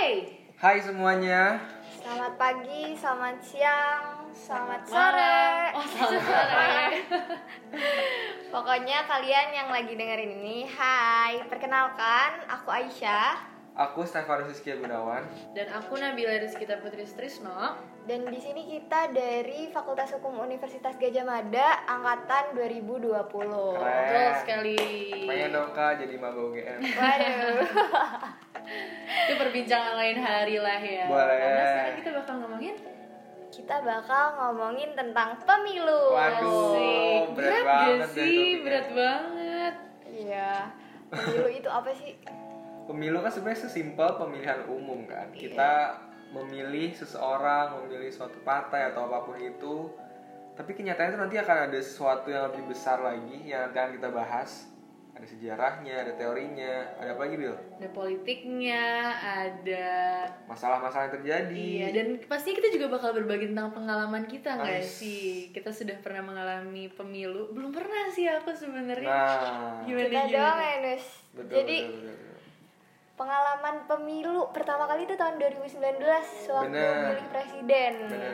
Hai semuanya. Selamat pagi, selamat siang, selamat sore. Selamat sore. Pokoknya kalian yang lagi dengerin ini, hai. Perkenalkan, aku Aisyah. Aku Stefanus Rizky Gunawan. Dan aku Nabila Rizkita Putri Strisno. Dan di sini kita dari Fakultas Hukum Universitas Gadjah Mada, angkatan 2020. Keren. Betul sekali. Pengen dong Kak jadi maba UGM. Waduh. Itu perbincangan lain hari lah ya. Boleh. Karena sekarang kita bakal ngomongin Kita bakal ngomongin tentang pemilu. Waduh. Asik. berat Berat banget gak deh sih? topiknya. Berat banget. Iya. Pemilu itu apa sih? Pemilu kan sebenarnya sesimpel pemilihan umum kan. Iya. Kita memilih seseorang, memilih suatu partai atau apapun itu. Tapi kenyataannya itu nanti akan ada sesuatu yang lebih besar lagi yang nanti akan kita bahas. Ada sejarahnya, ada teorinya, ada apa lagi Bil? Ada politiknya, ada Masalah-masalah yang terjadi. Iya, dan pastinya kita juga bakal berbagi tentang pengalaman kita nggak Nice. sih? Kita sudah pernah mengalami pemilu. Belum pernah sih aku sebenarnya. Nah, Kita doang ya, Nus. betul, Jadi betul. pengalaman pemilu pertama kali itu tahun 2019 waktu Bener. milih presiden. Benar.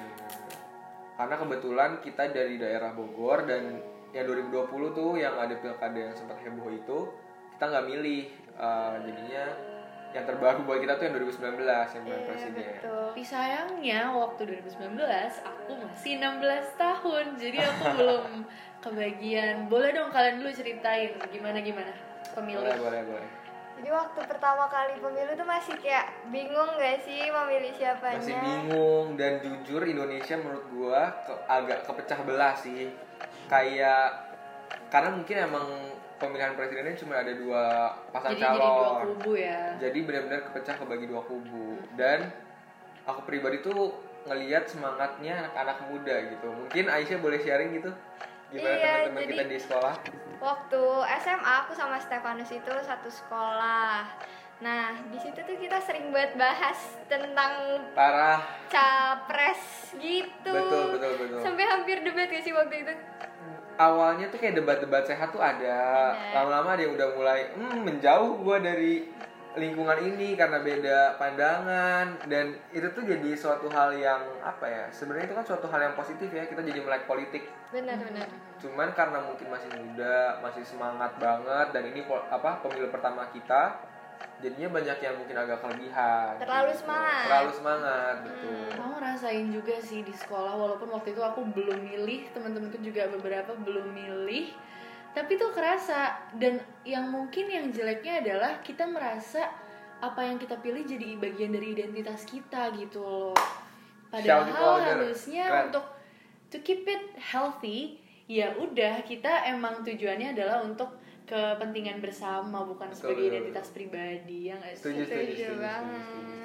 Karena kebetulan kita dari daerah Bogor dan ya 2020 tuh yang ada pilkada yang sempat heboh itu kita nggak milih. Jadinya yang terbaru buat kita tuh yang 2019 yang pilihan Iya, presiden. betul. Tapi sayangnya waktu 2019 aku masih 16 tahun. Jadi aku belum kebagian. Boleh dong kalian dulu ceritain gimana pemilu. Boleh. Jadi waktu pertama kali pemilu tuh masih kayak bingung gak sih memilih siapanya? Masih bingung dan jujur Indonesia menurut gua agak kepecah belah sih. Kayak karena mungkin emang pemilihan presidennya cuma ada dua pasang Jadi calon. dua kubu ya. Jadi benar-benar kepecah kebagi dua kubu. Dan aku pribadi tuh ngelihat semangatnya anak-anak muda gitu. Mungkin Aisyah boleh sharing gitu gimana Iya, teman-teman jadi- kita di sekolah? Waktu SMA aku sama Stefanus itu satu sekolah. Nah, di situ tuh kita sering banget bahas tentang Parah. capres gitu. Betul. Sampai hampir debat gak sih waktu itu? Awalnya tuh kayak debat-debat sehat tuh ada. Lama-lama dia udah mulai menjauh gua dari lingkungan ini karena beda pandangan, dan itu tuh jadi suatu hal yang apa ya, sebenarnya itu kan suatu hal yang positif ya, kita jadi melek politik. Benar. Cuman karena mungkin masih muda, masih semangat banget, dan ini pemilu pertama kita, jadinya banyak yang mungkin agak kelebihan. Terlalu gitu. semangat. Terlalu semangat, betul. Kamu rasain juga sih di sekolah, walaupun waktu itu aku belum milih, teman-temanku juga beberapa belum milih, tapi tuh kerasa. Dan yang mungkin yang jeleknya adalah kita merasa apa yang kita pilih jadi bagian dari identitas kita gitu loh. Shout it Padahal louder. harusnya Keren. untuk to keep it healthy, ya udah kita emang tujuannya adalah untuk kepentingan bersama, bukan Betul, sebagai betul, identitas pribadi, ya nggak sih? Setuju banget.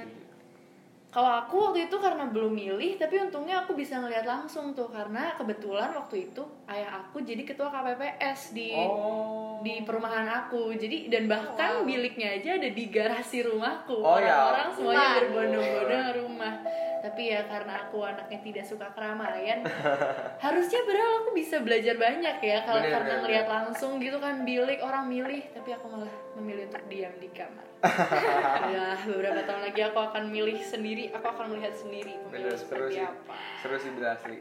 Kalau aku waktu itu karena belum milih, tapi untungnya aku bisa ngeliat langsung tuh, karena kebetulan waktu itu ayah aku jadi ketua KPPS di perumahan aku. Jadi dan bahkan biliknya aja ada di garasi rumahku. Oh, ya. Orang-orang semuanya Wah. berbondong-bondong ke rumah. Tapi ya karena aku anaknya tidak suka keramaian, harusnya padahal aku bisa belajar banyak ya kalau Bener, karena bener, ngeliat langsung gitu kan bilik orang milih, tapi aku malah memilih untuk diam di kamar. Ya, beberapa tahun lagi aku akan milih sendiri, aku akan melihat sendiri Bener, pemilu seru seperti sih. apa. Seru sih asli.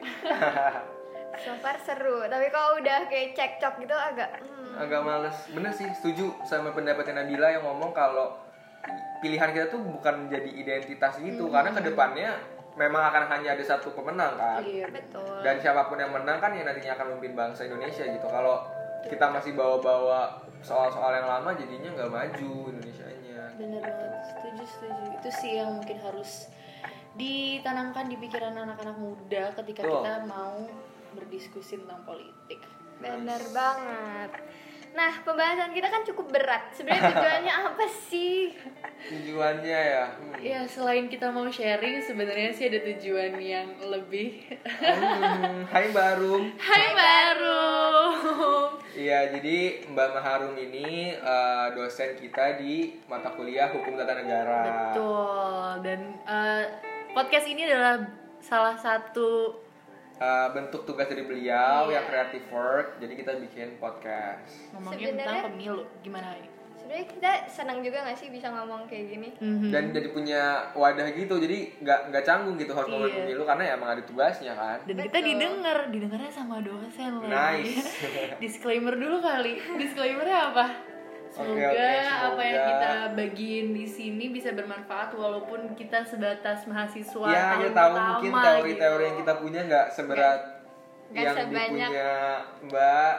So far seru, tapi kalau udah kayak cekcok gitu agak Agak males. Bener sih, setuju sama pendapatnya Nabila yang ngomong kalau pilihan kita tuh bukan menjadi identitas gitu, karena kedepannya memang akan hanya ada satu pemenang kan. Iya, betul. Dan siapapun yang menang kan yang nantinya akan memimpin bangsa Indonesia gitu. Kalau kita masih bawa-bawa soal-soal yang lama, jadinya nggak maju Indonesianya. bener banget, setuju. Itu sih yang mungkin harus ditanamkan di pikiran anak-anak muda ketika Betul. kita mau berdiskusi tentang politik. Bener banget. Nah, pembahasan kita kan cukup berat. Sebenarnya tujuannya apa sih? Tujuannya ya. Ya, selain kita mau sharing, sebenarnya sih ada tujuan yang lebih. Hai Barum. Hai baru. Iya, jadi Mbak Maharum ini dosen kita di mata kuliah Hukum Tata Negara. Betul. Dan podcast ini adalah salah satu bentuk tugas dari beliau Iya. yang creative work. Jadi kita bikin podcast. ngomongin Sebenarnya- tentang pemilu. Gimana ini? sebenarnya kita senang juga nggak sih bisa ngomong kayak gini. Dan jadi punya wadah gitu, jadi nggak canggung gitu harus ngomong pemilu karena ya emang ada tugasnya kan. Dan kita didengarnya sama dosen loh. Nice. Disclaimer dulu kali. Disclaimernya apa? Semoga apa yang kita bagiin di sini bisa bermanfaat walaupun kita sebatas mahasiswa ya, tahun kita tahu pertama mungkin teori-teori gitu. yang kita punya nggak seberat yang sebanyak dipunya Mbak.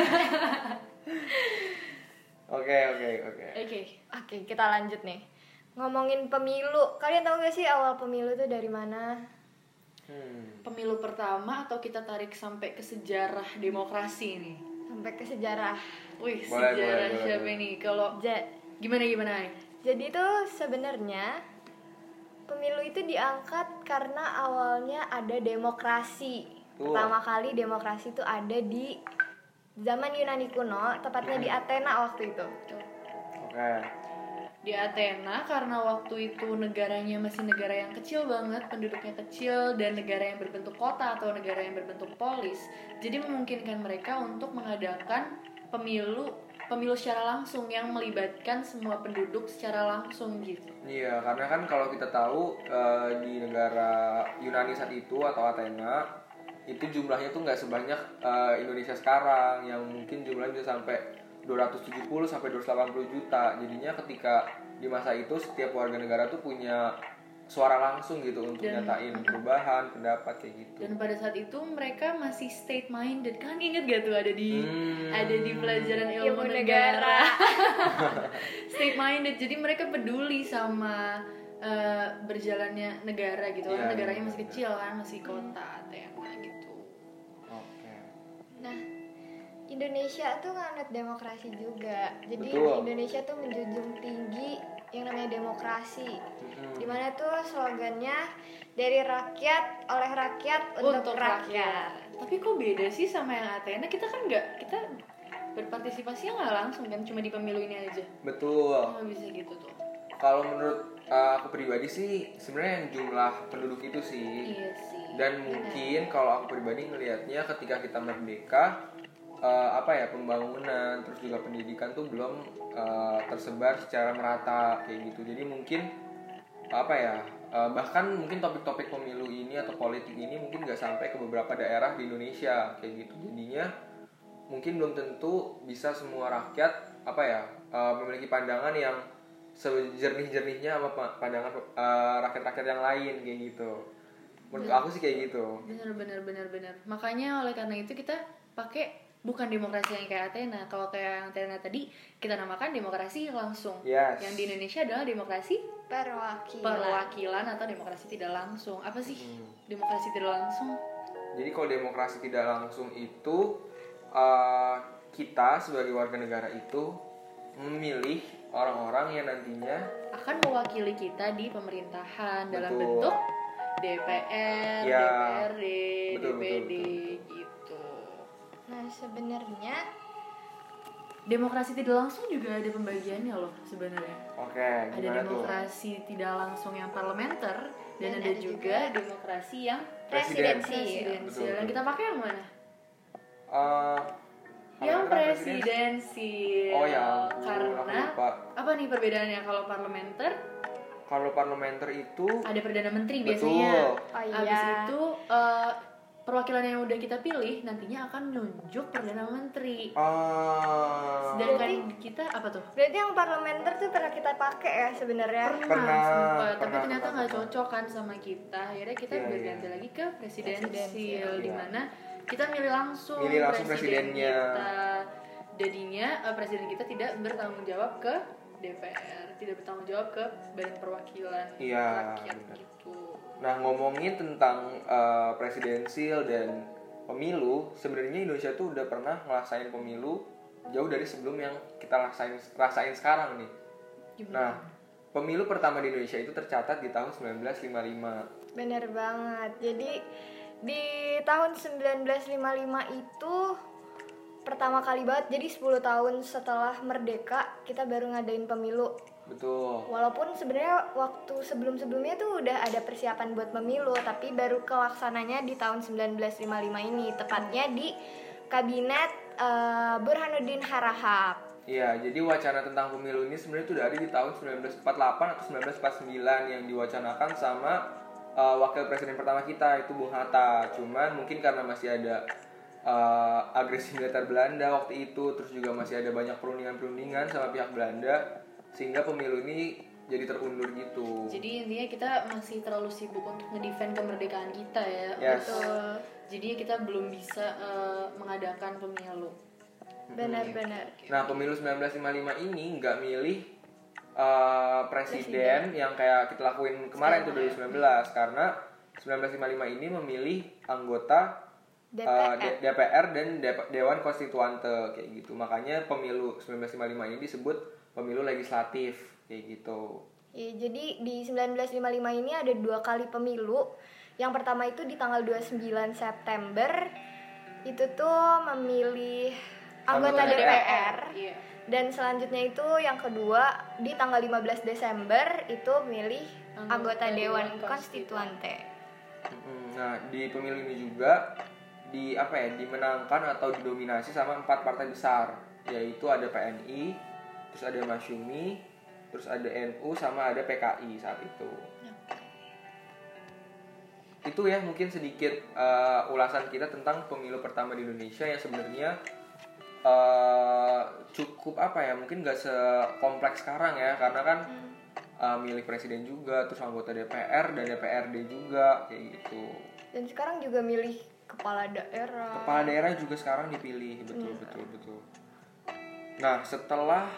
Oke, kita lanjut nih. Ngomongin pemilu, kalian tahu gak sih awal pemilu itu dari mana? Pemilu pertama atau kita tarik sampai ke sejarah demokrasi nih? Sampai ke sejarah. Wih, boleh, sejarah boleh, siapa boleh. ini? Kalau gimana? Jadi tuh sebenarnya pemilu itu diangkat karena awalnya ada demokrasi. Pertama kali demokrasi itu ada di zaman Yunani kuno, tepatnya di Athena waktu itu. Oke. Di Athena karena waktu itu negaranya masih negara yang kecil banget, penduduknya kecil dan negara yang berbentuk kota atau negara yang berbentuk polis. Jadi memungkinkan mereka untuk mengadakan pemilu secara langsung yang melibatkan semua penduduk secara langsung gitu. Iya, karena kan kalau kita tahu di negara Yunani saat itu atau Athena itu jumlahnya tuh nggak sebanyak Indonesia sekarang yang mungkin jumlahnya bisa sampai 270 sampai 280 juta. Jadinya ketika di masa itu setiap warga negara tuh punya suara langsung gitu untuk nyatain perubahan pendapat kayak gitu. Dan pada saat itu mereka masih state minded. Kan inget gak tuh ada di pelajaran ilmu negara. State minded. Jadi mereka peduli sama berjalannya negara gitu. Karena negaranya masih kecil kan, masih kota Athena gitu. Oke. Nah, Indonesia tuh nganut demokrasi juga. Jadi Betul. Indonesia tuh menjunjung tinggi yang namanya demokrasi. Dimana tuh slogannya dari rakyat, oleh rakyat, untuk rakyat. Tapi kok beda sih sama yang Athena? Kita kan kita berpartisipasinya nggak langsung kan, cuma di pemilu ini aja. Betul. Nggak bisa gitu tuh. Kalau menurut aku pribadi sih sebenarnya yang jumlah penduduk itu sih. Iya sih. Dan mungkin kalau aku pribadi ngelihatnya ketika kita merdeka pembangunan terus juga pendidikan tuh belum tersebar secara merata kayak gitu. Jadi mungkin bahkan mungkin topik-topik pemilu ini atau politik ini mungkin nggak sampai ke beberapa daerah di Indonesia kayak gitu. Jadinya mungkin belum tentu bisa semua rakyat memiliki pandangan yang sejernih-jernihnya sama pandangan rakyat-rakyat yang lain kayak gitu. Menurut aku sih kayak gitu. Benar. Makanya oleh karena itu kita pakai bukan demokrasi yang kayak Athena. Kalau kayak yang Athena tadi kita namakan demokrasi langsung. Yes. Yang di Indonesia adalah demokrasi perwakilan atau demokrasi tidak langsung. Apa sih demokrasi tidak langsung? Jadi kalau demokrasi tidak langsung itu kita sebagai warga negara itu memilih orang-orang yang nantinya akan mewakili kita di pemerintahan dalam Betul. bentuk DPR, Ya. DPRD, Betul, DPD betul. gitu. Nah, sebenarnya Demokrasi tidak langsung juga ada pembagiannya loh sebenarnya. Oke, Ada gimana tuh? demokrasi tidak langsung yang parlementer dan ada juga demokrasi yang presidensial. Betul. Dan kita pakai yang mana? Yang presidensial. Oh ya, ampun, karena aku lupa. apa nih perbedaannya? Kalau parlementer Kalau parlementer itu ada perdana menteri betul. biasanya. Oh iya. Habis itu perwakilan yang udah kita pilih nantinya akan nunjuk perdana menteri. Sedangkan kita apa tuh? Berarti yang parlementer tuh pernah kita pakai ya sebenarnya. Pernah, tapi pernah, ternyata nggak pernah. cocok kan sama kita. Akhirnya kita Iya, berganti iya. lagi ke presidensial, Presidensial, di iya. mana kita milih langsung presiden presidennya. kita. Jadinya presiden kita tidak bertanggung jawab ke DPR, tidak bertanggung jawab ke Badan Perwakilan Iya, Rakyat benar. gitu. Nah, ngomongin tentang presidensial dan pemilu, sebenarnya Indonesia tuh udah pernah ngerasain pemilu jauh dari sebelum yang kita rasain sekarang nih. Gimana? Nah, pemilu pertama di Indonesia itu tercatat di tahun 1955. Bener banget. Jadi di tahun 1955 itu pertama kali banget. Jadi 10 tahun setelah merdeka kita baru ngadain pemilu. Betul. Walaupun sebenarnya waktu sebelum-sebelumnya tuh udah ada persiapan buat pemilu, tapi baru kelaksananya di tahun 1955 ini, tepatnya di kabinet Burhanuddin Harahap. Iya, jadi wacana tentang pemilu ini sebenarnya sudah ada di tahun 1948 atau 1949 yang diwacanakan sama wakil presiden pertama kita itu Bung Hatta. Cuman mungkin karena masih ada agresi militer Belanda waktu itu, terus juga masih ada banyak perundingan-perundingan sama pihak Belanda, sehingga pemilu ini jadi terundur gitu. Jadi intinya kita masih terlalu sibuk untuk ngedefend kemerdekaan kita ya. Yes. Betul. Jadi kita belum bisa mengadakan pemilu. Benar-benar. Nah, pemilu 1955 ini nggak milih presiden yang kayak kita lakuin kemarin tuh 2019, karena 1955 ini memilih anggota DPR dan Dewan Konstituante kayak gitu. Makanya pemilu 1955 ini disebut pemilu legislatif kayak gitu. Ya, jadi di 1955 ini ada 2 kali pemilu. Yang pertama itu di tanggal 29 September itu tuh memilih anggota DPR. Iya. Dan selanjutnya itu yang kedua di tanggal 15 Desember itu milih anggota Dewan Konstituante. Nah, di pemilu ini juga dimenangkan atau didominasi sama 4 partai besar, yaitu ada PNI, terus ada Masyumi, terus ada NU, sama ada PKI saat itu. Itu ya mungkin sedikit ulasan kita tentang pemilu pertama di Indonesia yang sebenarnya cukup mungkin gak sekompleks sekarang ya, karena kan milih presiden juga, terus anggota DPR dan DPRD juga kayak gitu. Dan sekarang juga milih kepala daerah juga sekarang dipilih, betul. Nah, setelah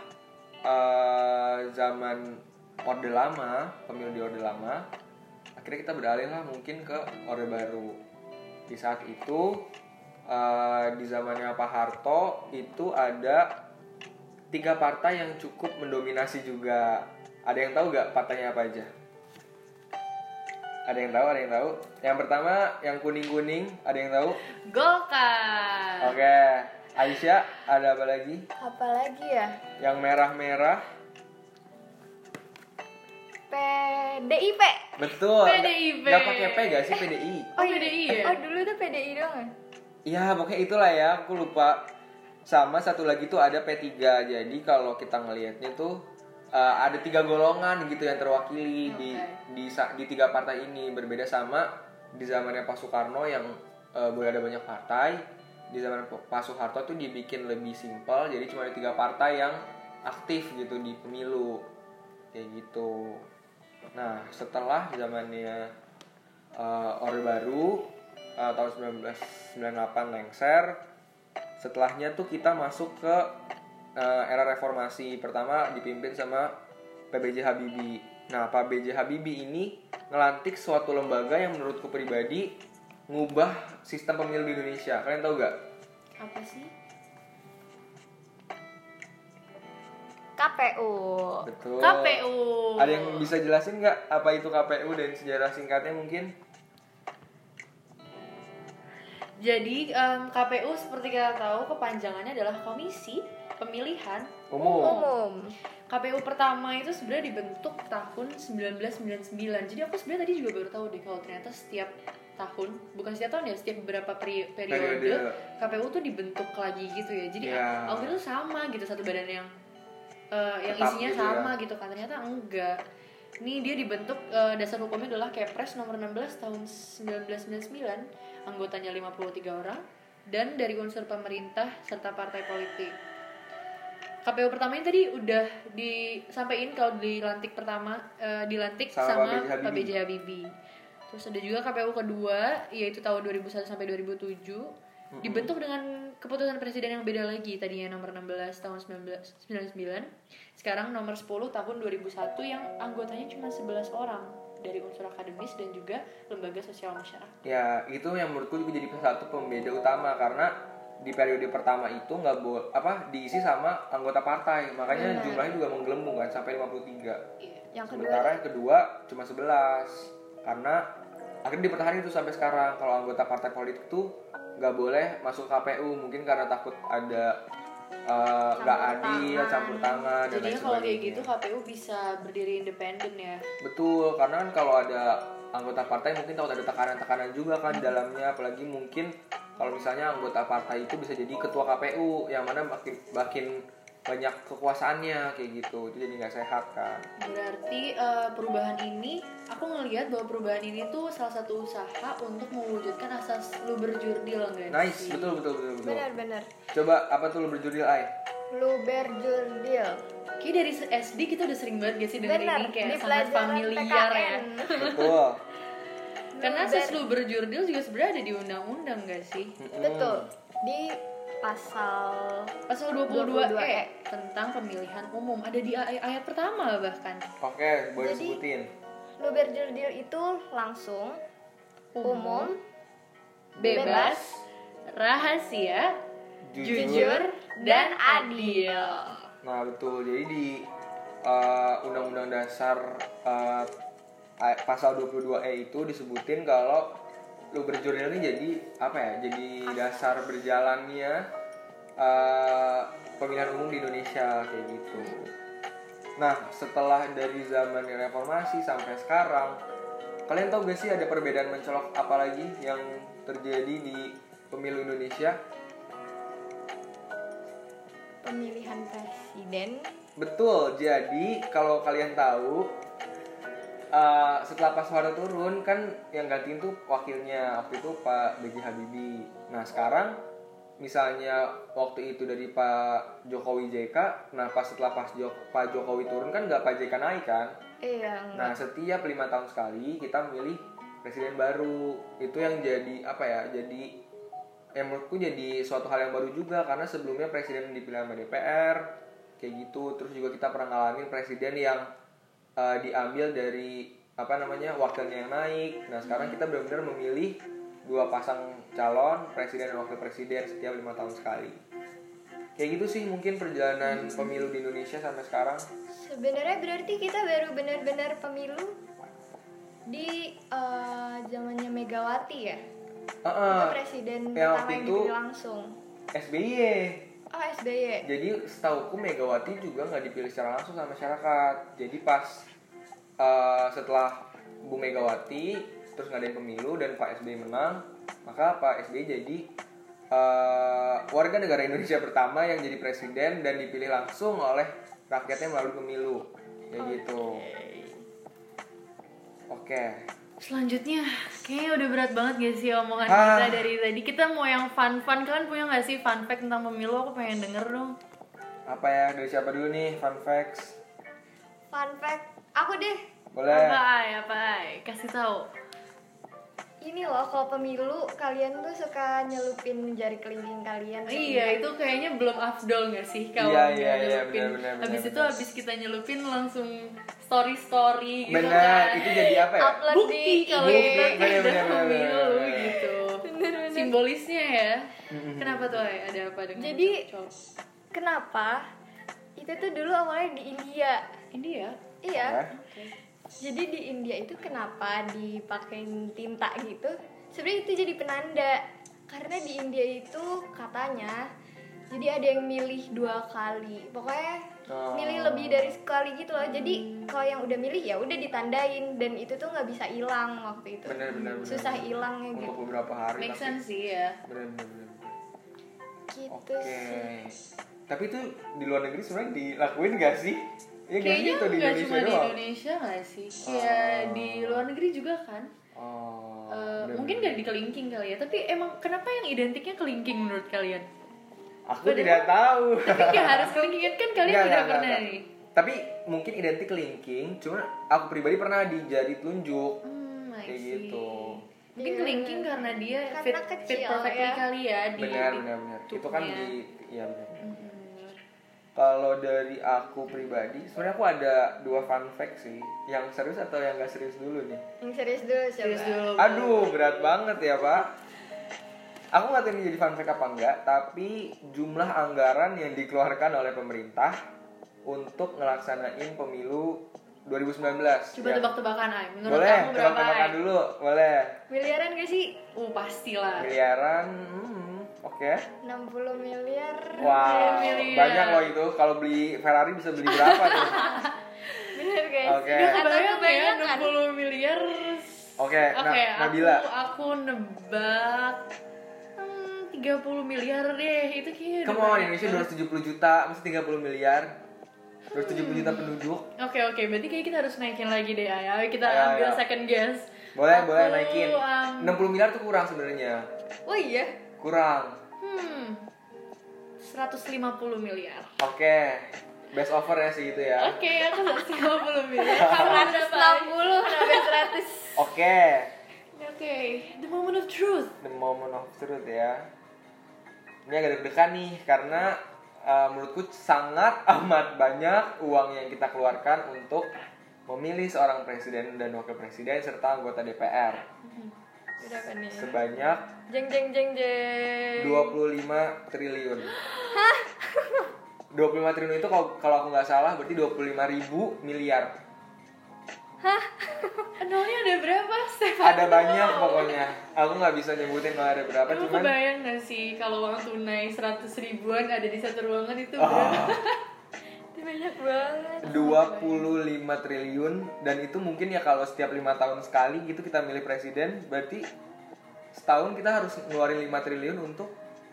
zaman Orde Lama, pemilu di Orde Lama, akhirnya kita beralih lah mungkin ke Orde Baru. Di saat itu di zamannya Pak Harto itu ada 3 partai yang cukup mendominasi juga. Ada yang tahu gak partainya apa aja? Ada yang tahu? Yang pertama yang kuning-kuning, ada yang tahu? Golkar. Oke. Aisyah, ada apa lagi? Apa lagi ya? Yang merah-merah? PDIP. Betul. PDIP. Gak pakai P gak sih PDI? Oh, PDI ya? Oh, dulu itu PDI doang. Iya, pokoknya itulah ya, aku lupa. Sama satu lagi tuh ada P3. Jadi kalau kita ngelihatnya tuh ada 3 golongan gitu yang terwakili di 3 partai ini. Berbeda sama di zamannya Pak Soekarno yang boleh ada banyak partai. Di zaman Pak Soeharto tuh dibikin lebih simpel, jadi cuma ada 3 partai yang aktif gitu di pemilu kayak gitu. Nah, setelah zamannya Orde Baru tahun 1998 lengser, setelahnya tuh kita masuk ke era reformasi. Pertama dipimpin sama PBJ Habibie. Nah, Pak B.J. Habibie ini ngelantik suatu lembaga yang menurutku pribadi ngubah sistem pemilu di Indonesia. Kalian tahu gak? Apa sih? KPU. Betul. KPU. Ada yang bisa jelasin gak apa itu KPU dan sejarah singkatnya mungkin? Jadi KPU seperti kita tahu kepanjangannya adalah Komisi Pemilihan Umum. KPU pertama itu sebenarnya dibentuk tahun 1999. Jadi aku sebenarnya tadi juga baru tahu deh kalau ternyata setiap tahun, bukan setiap tahun ya, setiap beberapa periode KPU tuh dibentuk lagi gitu ya. Jadi waktu itu sama gitu, satu badan yang isinya gitu sama ya. Gitu kan, ternyata enggak. Ini dia dibentuk, dasar hukumnya adalah Kepres nomor 16 tahun 1999, anggotanya 53 orang dan dari unsur pemerintah serta partai politik. KPU pertama ini tadi udah disampaikan kalau dilantik pertama, dilantik sama Pak B.J. Habibie. Terus ada juga KPU kedua, yaitu tahun 2001 sampai 2007, dibentuk dengan keputusan presiden yang beda lagi, tadinya nomor 16 tahun 1999, sekarang nomor 10 tahun 2001 yang anggotanya cuma 11 orang dari unsur akademis dan juga lembaga sosial masyarakat. Ya, itu yang menurutku juga jadi satu pembeda utama, karena di periode pertama itu nggak diisi sama anggota partai, makanya jumlahnya juga menggelembung kan sampai 53. Sementara yang kedua cuma 11, karena akhirnya dipertahankan itu sampai sekarang. Kalau anggota partai politik tuh nggak boleh masuk KPU, mungkin karena takut ada nggak adil, campur tangan dan lain sebagainya. Jadi kalau kayak gitu KPU bisa berdiri independen ya. Betul, karena kan kalau ada anggota partai mungkin takut ada tekanan-tekanan juga kan di dalamnya, apalagi mungkin kalau misalnya anggota partai itu bisa jadi ketua KPU, yang mana makin banyak kekuasaannya kayak gitu, itu jadi nggak sehat kan. Berarti perubahan ini, aku ngelihat bahwa perubahan ini tuh salah satu usaha untuk mewujudkan asas Luberjurdil nggak Nice, sih? betul. Benar. Coba apa tuh Luberjurdil, Ay? Luberjurdil. Kayak dari SD kita udah sering banget gak sih denger Benar, ini, kayak di sangat pelajaran familiar ya. PKN. Betul. Karena asas Luberjurdil juga sebenarnya ada di undang-undang gak sih? Betul. Di pasal 22E tentang pemilihan umum, ada di ayat pertama bahkan. Oke, boleh Jadi, sebutin. Luberjurdil itu langsung, umum, bebas, rahasia, jujur, dan adil. Nah betul, jadi di Undang-Undang Dasar pasal 22E itu disebutin kalau Luberjurdil ini jadi apa ya? Jadi dasar berjalannya pemilihan umum di Indonesia kayak gitu. Nah setelah dari zaman reformasi sampai sekarang, kalian tahu gak sih ada perbedaan mencolok apa lagi yang terjadi di pemilu Indonesia? pemilihan presiden. Betul, jadi kalau kalian tahu setelah Pak Soeharto turun kan yang gantiin tuh wakilnya waktu itu Pak B.J. Habibie. Nah sekarang misalnya waktu itu dari Pak Jokowi JK, nah pas setelah Pak Jokowi turun kan nggak Pak JK naik kan? Iya. Nah setiap 5 tahun sekali kita memilih presiden baru. Itu yang jadi apa ya? Jadi yang menurutku jadi suatu hal yang baru juga, karena sebelumnya presiden dipilih sama DPR kayak gitu. Terus juga kita pernah ngalamin presiden yang diambil dari wakilnya yang naik. Nah sekarang kita benar-benar memilih 2 pasang calon presiden dan wakil presiden setiap 5 tahun sekali. Kayak gitu sih mungkin perjalanan pemilu di Indonesia sampai sekarang. Sebenarnya berarti kita baru benar-benar pemilu di zamannya Megawati ya. Itu presiden pertama yang dipilih langsung. SBY. Oh, SBY. Jadi setauku Megawati juga nggak dipilih secara langsung sama masyarakat. Jadi pas setelah Bu Megawati terus ngadain pemilu dan Pak SBY menang, maka Pak SBY jadi warga negara Indonesia pertama yang jadi presiden dan dipilih langsung oleh rakyatnya melalui pemilu. Kayak gitu. Oke. Selanjutnya, kayaknya udah berat banget gak sih omongan kita dari tadi. Kita mau yang fun-fun, kalian punya gak sih fun fact tentang pemilu? Aku pengen denger dong. Apa ya, dari siapa dulu nih fun facts? Fun fact, aku deh. Boleh. Apa ay? Kasih tahu. Ini loh, kalau pemilu kalian tuh suka nyelupin jari kelingking kalian. Iya, itu kayaknya belum afdol gak sih kalau Iya, nyelupin. benar, Habis itu benar. habis kita nyelupin langsung story gitu Benar, kan. itu jadi apa ya? Upload Bukti di kalau IG. kita Bener, udah bener, pemilu bener. gitu. Bener-bener. Simbolisnya ya. Kenapa tuh ay? Ada apa dengan Jadi cocok? kenapa? Itu tuh dulu awalnya di India. India. Iya. Oke. Jadi di India itu kenapa dipakein tinta gitu? Sebenarnya itu jadi penanda. Karena di India itu katanya jadi ada yang milih 2 kali. Pokoknya milih lebih dari sekali gitu loh. Jadi kalau yang udah milih ya udah ditandain, dan itu tuh nggak bisa hilang waktu itu. Benar. Susah hilangnya gitu. Untuk beberapa hari. Make sense sih ya. Benar. Gitu Oke. sih. Tapi itu di luar negeri sebenarnya dilakuin gak sih? Ya gak sih, Kayaknya itu di nggak Indonesia cuma di doang. Indonesia nggak sih? Kayak di luar negeri juga kan. Mungkin gak di kelingking kali ya. Tapi emang kenapa yang identiknya kelingking menurut kalian? Aku tidak tahu. Tapi gak harus kelingking kan kalian Nggak, udah nggak, pernah nggak. nih. Tapi mungkin identik kelingking, cuma aku pribadi pernah di jari telunjuk. I Kayak see. gitu. Mungkin Iya, kelingking bener. karena dia Karena fit kecil perfectly ya. kali ya di Benar. Itu kan tutupnya. iya benar. Kalau dari aku pribadi, sebenarnya aku ada 2 fun fact sih. Yang serius atau yang gak serius dulu nih? Yang serius dulu coba. Serius dulu. Aduh, berat banget ya Pak. Aku gak tahu ini jadi fun fact apa enggak, tapi jumlah anggaran yang dikeluarkan oleh pemerintah untuk ngelaksanain pemilu 2019. Coba tebak-tebakan ay. Menurut Boleh, kamu berapa tebak-tebakan ay? dulu, boleh. Miliaran gak sih? Pastilah. Miliaran, oke. 60 miliar. Wow, miliar. banyak loh itu. Kalau beli Ferrari bisa beli berapa tuh? Bener guys. Oke. Gak Atau kebayang ya kebanyakan. 60 miliar. Oke, Oke, Nabila. aku nebak 30 miliar deh. Itu kayaknya Come on, Indonesia 270 juta, mesti 30 miliar. 270 juta penduduk. Oke, berarti kayak kita harus naikin lagi deh. Ayo kita Ayo, ambil ayo. second guess. Boleh Aku, naikin. 60 miliar tuh kurang sebenarnya. Oh iya. Kurang. 150 miliar. Oke. Best offer ya segitu ya. Oke, aku 150 miliar. Kamu 160 sampai 100. Oke. Oke, the moment of truth. The moment of truth ya. Ini agak deg-degan nih karena menurutku sangat amat banyak uang yang kita keluarkan untuk memilih seorang presiden dan wakil presiden serta anggota DPR. Berapa nih? Sebanyak Jeng 25 triliun. Hah? 25 triliun itu kalau aku nggak salah berarti 25.000 miliar. Hah? Nolnya ada berapa, Stefan? Ada banyak pokoknya. Aku nggak bisa nyebutin kalau ada berapa, Kamu cuman kebayang gak sih kalau uang tunai 100 ribuan ada di satu ruangan itu berapa? Itu banyak banget. 25 triliun dan itu mungkin ya kalau setiap 5 tahun sekali gitu kita milih presiden, berarti setahun kita harus ngeluarin 5 triliun untuk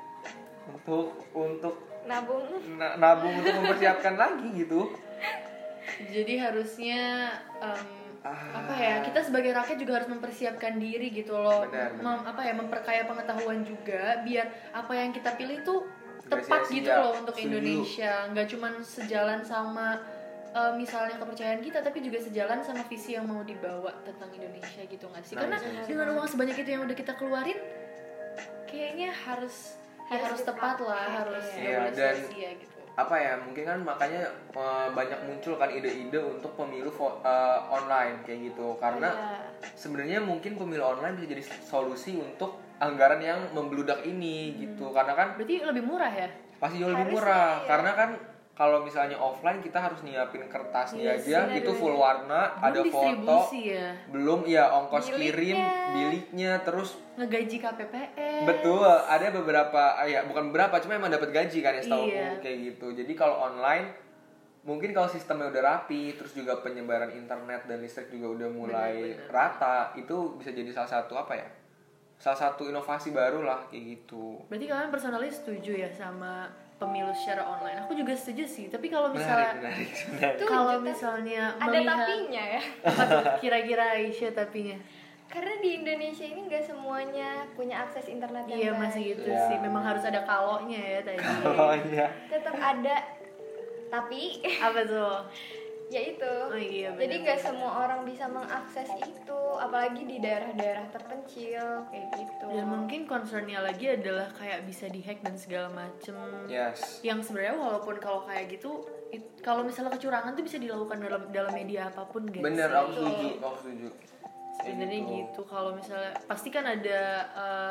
Nabung. nabung untuk mempersiapkan lagi gitu. Jadi harusnya apa ya, kita sebagai rakyat juga harus mempersiapkan diri gitu loh. Benar. Memperkaya pengetahuan juga biar apa yang kita pilih tuh tepat Apresiasi, gitu ya. loh untuk Setuju. Indonesia. Nggak cuma sejalan sama misalnya kepercayaan kita, tapi juga sejalan sama visi yang mau dibawa tentang Indonesia gitu nggak sih? Karena dengan uang sebanyak itu yang udah kita keluarin, kayaknya harus tepat lah, harus nggak Iya, boleh dan sia-sia gitu. apa ya, mungkin kan makanya banyak muncul kan ide-ide untuk pemilu online kayak gitu karena sebenarnya mungkin pemilu online bisa jadi solusi untuk anggaran yang membludak ini gitu karena kan Berarti lebih murah ya? pasti jauh lebih murah karena kan kalau misalnya offline kita harus nyiapin kertasnya aja itu full warna, ada foto, ya? belum ya ongkos kirim, biliknya, terus Ngegaji KPPS. betul, ada beberapa ya bukan beberapa cuma emang dapat gaji kan ya setahu kayak gitu. Jadi kalau online mungkin kalau sistemnya udah rapi, terus juga penyebaran internet dan listrik juga udah mulai rata, itu bisa jadi salah satu apa ya? Salah satu inovasi baru lah kayak gitu. Berarti kalian personally setuju ya sama pemilu secara online? Aku juga setuju sih. Tapi kalau misalnya Menarik. kalau misalnya ada melihat tapinya ya. apa tuh kira-kira Aisyah tapinya? Karena di Indonesia ini nggak semuanya punya akses internet yang Iya baik. masih gitu Ya. sih. Memang harus ada kalonya ya tadi. Oh iya. Tetap ada, tapi Apa tuh? ya itu. Oh iya, benar. Jadi nggak semua orang bisa mengakses itu, apalagi di daerah-daerah terpencil kayak gitu. Dan mungkin concernnya lagi adalah kayak bisa dihack dan segala macem. Yes. Yang sebenarnya walaupun kalau kayak gitu, kalau misalnya kecurangan tuh bisa dilakukan dalam media apapun, guys. Bener, aku setuju. Sebenarnya gitu. Kalau misalnya pasti kan ada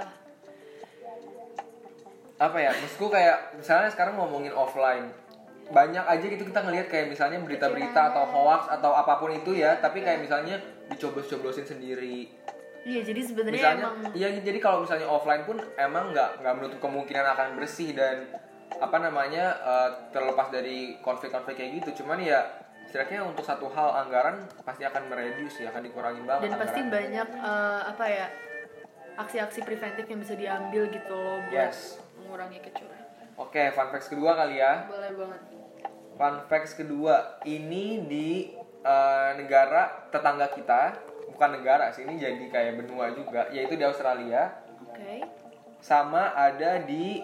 apa ya, maksudku kayak misalnya sekarang ngomongin offline banyak aja gitu kita ngelihat kayak misalnya berita-berita atau hoax atau apapun itu ya, tapi kayak misalnya dicoblos-coblosin sendiri. Iya, jadi sebenarnya Misalnya, emang iya jadi kalau misalnya offline pun emang nggak menutup kemungkinan akan bersih dan apa namanya terlepas dari konflik-konflik kayak gitu. Cuman ya setidaknya untuk satu hal anggaran pasti akan mereduce ya, akan dikurangin banget. dan pasti anggarannya. banyak apa ya aksi-aksi preventif yang bisa diambil gitu loh buat mengurangi kecurangan. Oke, fun facts kedua kali ya. Boleh banget. Fun facts kedua, ini di negara tetangga kita, bukan negara sih, ini jadi kayak benua juga, yaitu di Australia. Oke. Sama ada di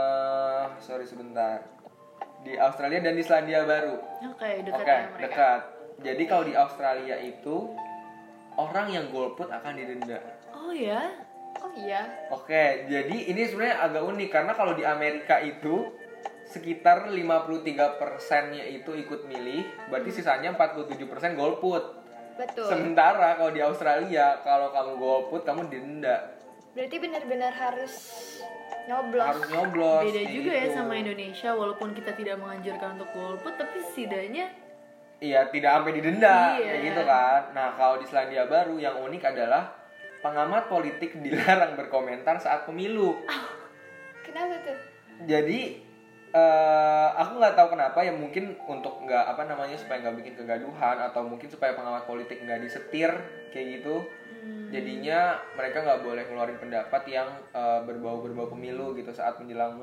di Australia dan di Selandia Baru. Oke, dekat Oke, ya mereka. dekat. Jadi kalau di Australia itu orang yang golput akan didenda. Oh ya? Oh iya. Oke, jadi ini sebenarnya agak unik karena kalau di Amerika itu sekitar 53%-nya itu ikut milih, berarti sisanya 47% golput. Betul. Sementara kalau di Australia, kalau kamu golput kamu didenda. Berarti benar-benar harus nyoblos. Harus nyoblos. Beda kayak juga ya gitu. sama Indonesia, walaupun kita tidak menganjurkan untuk golput, tapi setidaknya Iya, tidak sampai didenda Iya. kayak gitu kan. Nah, kalau di Selandia Baru yang unik adalah pengamat politik dilarang berkomentar saat pemilu. Kenapa tuh? Jadi aku nggak tahu kenapa ya, mungkin untuk nggak supaya nggak bikin kegaduhan atau mungkin supaya pengamat politik nggak disetir kayak gitu. Jadinya mereka nggak boleh ngeluarin pendapat yang berbau pemilu gitu saat menjelang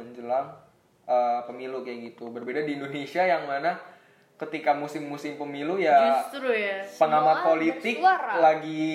pemilu kayak gitu. Berbeda di Indonesia yang mana ketika musim-musim pemilu ya, justru ya pengamat semua politik bersuara. lagi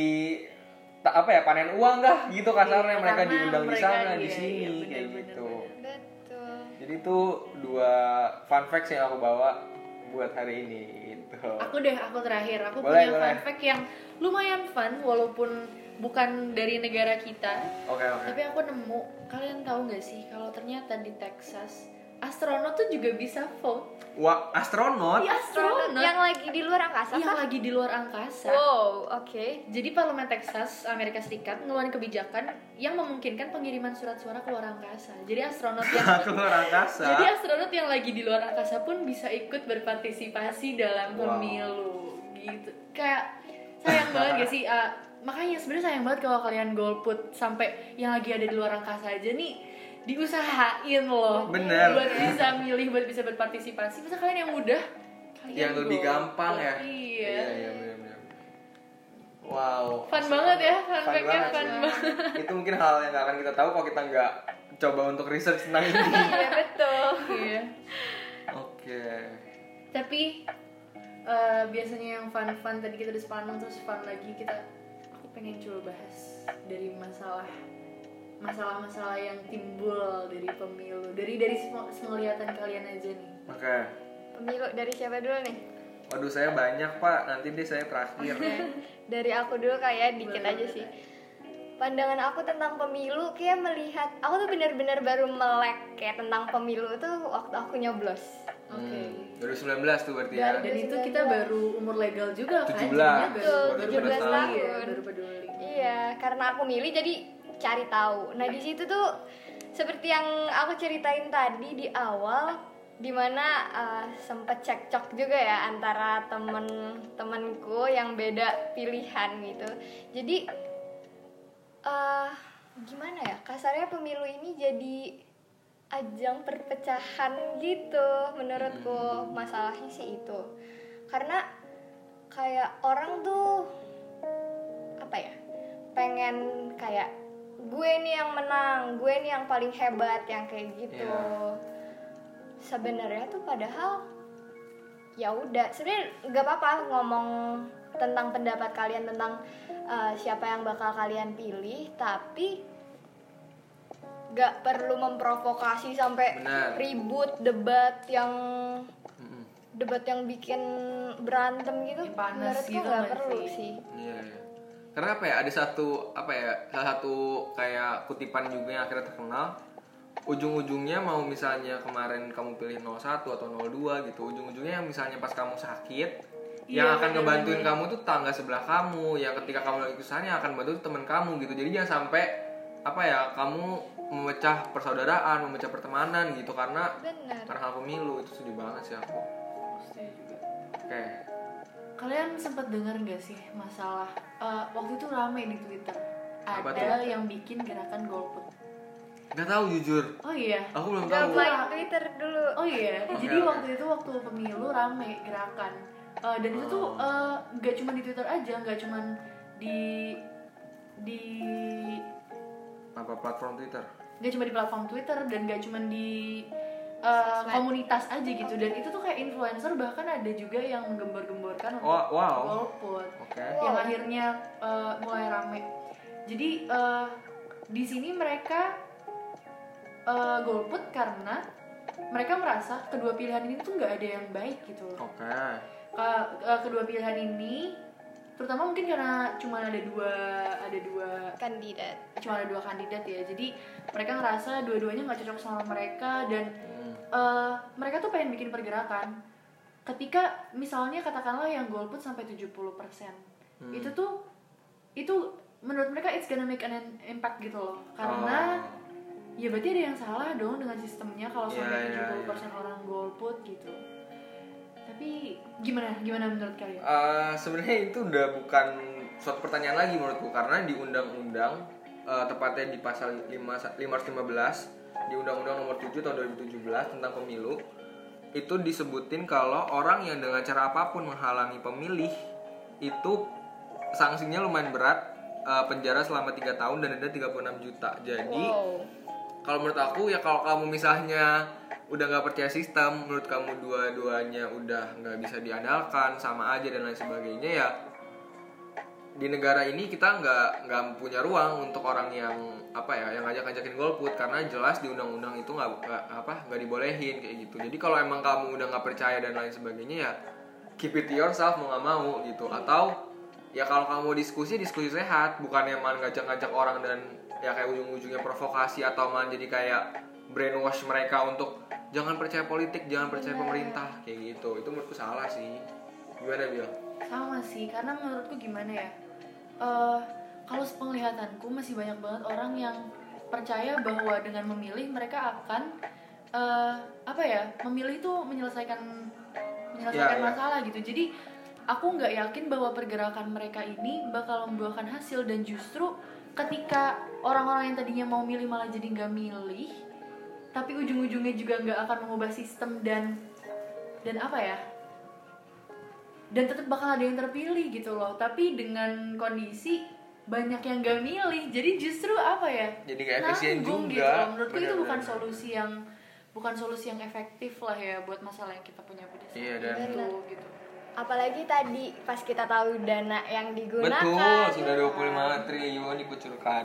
panen uang kah gitu kasarnya, Iya, mereka karena diundang di mereka, sana di iya, sini iya, kayak bener, gitu. Betul. Jadi itu 2 fun facts yang aku bawa buat hari ini gitu. Aku terakhir aku Boleh. punya fun fact yang lumayan fun walaupun bukan dari negara kita. Oke. Tapi aku nemu, kalian tahu nggak sih kalau ternyata di Texas astronot tuh juga bisa vote. Wah, astronot? Iya, astronot Yang lagi di luar angkasa yang kah? lagi di luar angkasa. Wow, oke. Jadi Parlemen Texas, Amerika Serikat ngeluarin kebijakan yang memungkinkan pengiriman surat suara ke luar angkasa. Jadi astronot yang Keluar angkasa. Jadi astronot yang lagi di luar angkasa pun bisa ikut berpartisipasi dalam pemilu gitu. Kayak sayang banget gak sih? Makanya sebenarnya sayang banget kalau kalian golput sampai yang lagi ada di luar angkasa aja nih diusahain loh. Bener. Buat bisa milih, buat bisa berpartisipasi. Masa kalian yang mudah? Kalian Yang lebih golput. gampang ya. Iya. benar. Wow. Fun banget ya, fun Fun fact-nya banget fun sih. banget. Itu mungkin hal yang gak akan kita tahu kalau kita nggak coba untuk research tentang ini. Iya, betul. Iya. Oke. Tapi biasanya yang fun tadi kita udah sepanjang, terus fun lagi aku pengen coba bahas dari masalah-masalah yang timbul dari pemilu, dari penglihatan kalian aja nih. Oke. Pemilu dari siapa dulu nih? Waduh, saya banyak Pak. Nanti deh saya terakhir. Dari aku dulu kayak dikit Boleh, aja boleh. sih. Pandangan aku tentang pemilu kayak melihat, aku tuh benar-benar baru melek kayak tentang pemilu tuh waktu aku nyoblos. Oke. 2019 tuh berarti ya. Dan itu kita baru umur legal juga kan? 17. Jadinya Betul, baru 17 peduli, tahun. ya, baru peduli. Iya, karena aku milih jadi cari tahu. Nah, di situ tuh seperti yang aku ceritain tadi di awal, dimana sempet cekcok juga ya antara temen-temenku yang beda pilihan gitu. Jadi gimana ya, kasarnya pemilu ini jadi ajang perpecahan gitu menurutku. Masalahnya sih itu karena kayak orang tuh apa ya, pengen kayak gue nih yang menang, gue nih yang paling hebat, yang kayak gitu. Iya. Sebenarnya tuh padahal ya udah, sebenarnya nggak apa-apa ngomong tentang pendapat kalian tentang siapa yang bakal kalian pilih, tapi nggak perlu memprovokasi sampai Benar. ribut debat yang bikin berantem gitu. Yang panas Menurutku gitu nggak nggak perlu sih? sih. Iya. Karena apa ya? Ada salah satu kayak kutipan juga yang akhirnya terkenal. Ujung-ujungnya mau misalnya kemarin kamu pilih 01 atau 02 gitu, ujung-ujungnya yang misalnya pas kamu sakit, yang Iya, akan ngebantuin bener-bener. kamu tuh tangga sebelah kamu, yang ketika kamu lagi kesusahan yang akan bantu tuh teman kamu gitu. Jadi jangan sampai kamu memecah persaudaraan, memecah pertemanan gitu karena Benar. hal pemilu. Itu sedih banget sih aku. Oke. Kalian sempat dengar nggak sih masalah waktu itu rame di Twitter, Apa ada tuh? yang bikin gerakan golput. Gak tahu jujur. Oh iya. Aku belum Nggak tahu. main Twitter dulu. Oh iya. Oke, Jadi oke. waktu pemilu rame gerakan. Dan itu tuh nggak cuma di Twitter aja, nggak cuma di Apa platform Twitter? nggak cuma di platform Twitter dan nggak cuma di Sosmed. komunitas aja gitu. Dan itu tuh kayak influencer, bahkan ada juga yang menggembor-gemborkan untuk Wow. golput. Oke. Yang akhirnya mulai rame. Jadi di sini mereka golput karena mereka merasa kedua pilihan ini tuh nggak ada yang baik gitu loh. Oke. Kedua pilihan ini, terutama mungkin karena cuma ada dua Kandidat. kandidat ya. Jadi mereka ngerasa dua-duanya nggak cocok sama mereka dan mereka tuh pengen bikin pergerakan. Ketika misalnya katakanlah yang golput sampai 70%, itu menurut mereka it's gonna make an impact gitu loh. Karena ya berarti ada yang salah dong dengan sistemnya kalau sampai 70% orang golput gitu. Tapi gimana menurut kalian? Sebenarnya itu udah bukan suatu pertanyaan lagi menurutku, karena di undang-undang tepatnya di pasal 515 di Undang-Undang Nomor 7 tahun 2017 tentang pemilu, itu disebutin kalau orang yang dengan cara apapun menghalangi pemilih itu sanksinya lumayan berat, penjara selama 3 tahun dan denda 36 juta. Jadi kalau menurut aku ya, kalau kamu misalnya udah nggak percaya sistem, menurut kamu dua-duanya udah nggak bisa diandalkan, sama aja dan lain sebagainya, ya di negara ini kita nggak punya ruang untuk orang yang yang ngajak-ngajakin golput, karena jelas di undang-undang itu nggak dibolehin kayak gitu. Jadi kalau emang kamu udah nggak percaya dan lain sebagainya, ya keep it yourself, mau nggak mau gitu. Atau ya kalau kamu diskusi sehat, bukan emang ngajak-ngajak orang dan ya kayak ujung-ujungnya provokasi atau malah jadi kayak brainwash mereka untuk jangan percaya politik, jangan percaya pemerintah kayak gitu. Itu menurutku salah sih. Gimana Bil? Sama sih, karena menurutku gimana ya, kalau sepenglihatanku masih banyak banget orang yang percaya bahwa dengan memilih mereka akan memilih itu menyelesaikan masalah gitu. Jadi aku nggak yakin bahwa pergerakan mereka ini bakal membuahkan hasil, dan justru ketika orang-orang yang tadinya mau milih malah jadi nggak milih, tapi ujung-ujungnya juga nggak akan mengubah sistem dan tetap bakal ada yang terpilih gitu loh. Tapi dengan kondisi banyak yang gak milih, jadi justru jadi gak efisien juga gitu loh. Menurutku itu bukan solusi yang efektif lah ya buat masalah yang kita punya pada saat itu gitu. Apalagi tadi pas kita tahu dana yang digunakan, betul, sudah 25 triliun dikucurkan.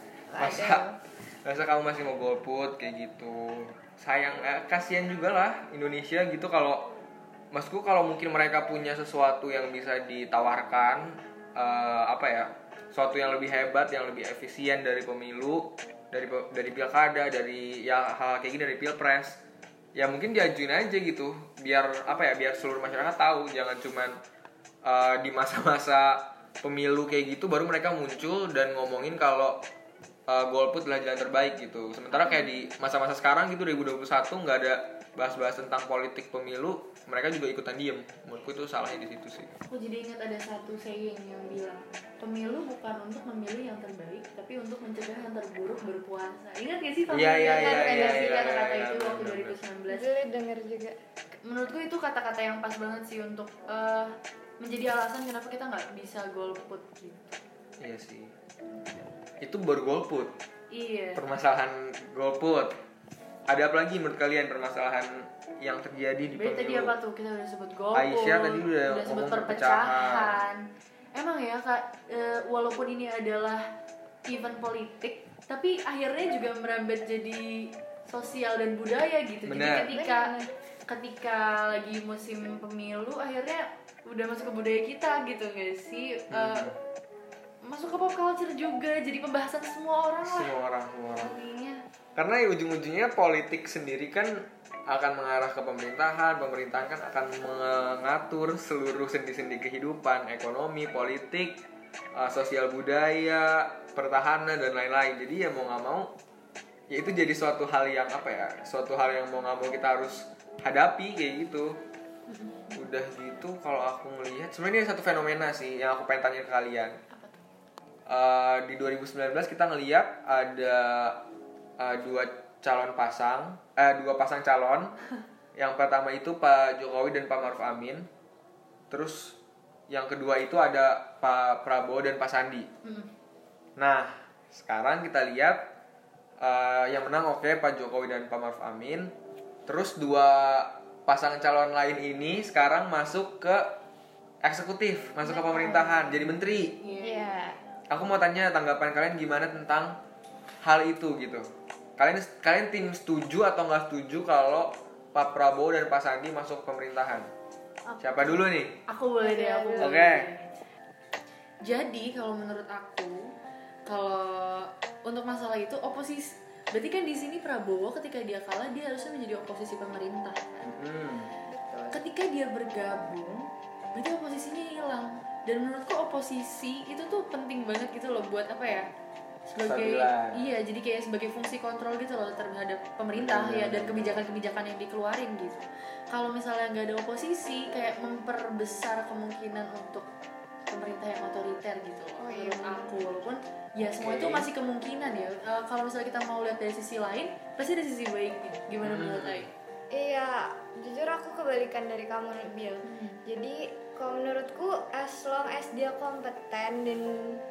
Masa kamu masih mau golput kayak gitu? Sayang, kasihan juga lah Indonesia gitu. Kalau maksudku, kalau mungkin mereka punya sesuatu yang bisa ditawarkan, sesuatu yang lebih hebat, yang lebih efisien dari pemilu, dari pilkada, dari ya hal kayak gini, dari pilpres, ya mungkin diajuin aja gitu, biar biar seluruh masyarakat tahu. Jangan cuman di masa-masa pemilu kayak gitu baru mereka muncul dan ngomongin kalau golput adalah jalan terbaik gitu. Sementara kayak di masa-masa sekarang gitu 2021 nggak ada bahas-bahas tentang politik pemilu, mereka juga ikutan diem. Menurutku itu salahnya di situ sih. Aku jadi ingat ada satu saying yang bilang, pemilu bukan untuk memilih yang terbaik, tapi untuk mencegah yang terburuk berpuasa. Ingat gak sih kata-kata itu waktu 2019? Dulu denger juga. Menurutku itu kata-kata yang pas banget sih untuk menjadi alasan kenapa kita nggak bisa golput gitu. Iya sih. Itu baru golput. Iya. Permasalahan golput. Ada apa lagi menurut kalian permasalahan yang terjadi di pemilu? Tadi apa tuh? Kita udah sebut golput. Aisyah tadi udah sebut perpecahan. Emang ya Kak, walaupun ini adalah event politik, tapi akhirnya juga merambat jadi sosial dan budaya gitu. Bener. Jadi ketika lagi musim pemilu, akhirnya udah masuk ke budaya kita gitu nggak sih? Masuk ke pop culture juga, jadi pembahasan semua orang lah. Semua orang. Karena ya ujung-ujungnya politik sendiri kan akan mengarah ke pemerintahan kan akan mengatur seluruh sendi-sendi kehidupan, ekonomi, politik, sosial budaya, pertahanan dan lain-lain. Jadi ya mau nggak mau, ya itu jadi suatu hal yang suatu hal yang mau nggak mau kita harus hadapi kayak gitu. Udah gitu, kalau aku melihat sebenarnya ada satu fenomena sih yang aku pengen tanya ke kalian. Di 2019 kita ngelihat ada dua pasang calon. Yang pertama itu Pak Jokowi dan Pak Maruf Amin. Terus yang kedua itu ada Pak Prabowo dan Pak Sandi. Nah, sekarang kita lihat yang menang Pak Jokowi dan Pak Maruf Amin. Terus dua pasangan calon lain ini sekarang masuk ke eksekutif, masuk ke pemerintahan, jadi menteri. Iya. Aku mau tanya tanggapan kalian gimana tentang hal itu gitu. Kalian tim setuju atau nggak setuju kalau Pak Prabowo dan Pak Sandi masuk pemerintahan? Siapa dulu nih? Aku boleh deh. Oke. Jadi kalau menurut aku, kalau untuk masalah itu oposisi, berarti kan di sini Prabowo ketika dia kalah dia harusnya menjadi oposisi pemerintah. Ketika dia bergabung, berarti oposisinya hilang. Dan menurutku oposisi itu tuh penting banget gitu loh buat sebagai jadi kayak sebagai fungsi kontrol gitu loh terhadap pemerintah ya, dan kebijakan-kebijakan yang dikeluarin gitu. Kalau misalnya nggak ada oposisi, kayak memperbesar kemungkinan untuk pemerintah yang otoriter gitu loh. Menurut aku, walaupun ya semua itu masih kemungkinan ya. Kalau misalnya kita mau lihat dari sisi lain, pasti ada sisi baiknya. Gimana menurut Ai? Iya, jujur aku kebalikan dari kamu, Bill. Jadi kalau menurutku as long as dia kompeten dan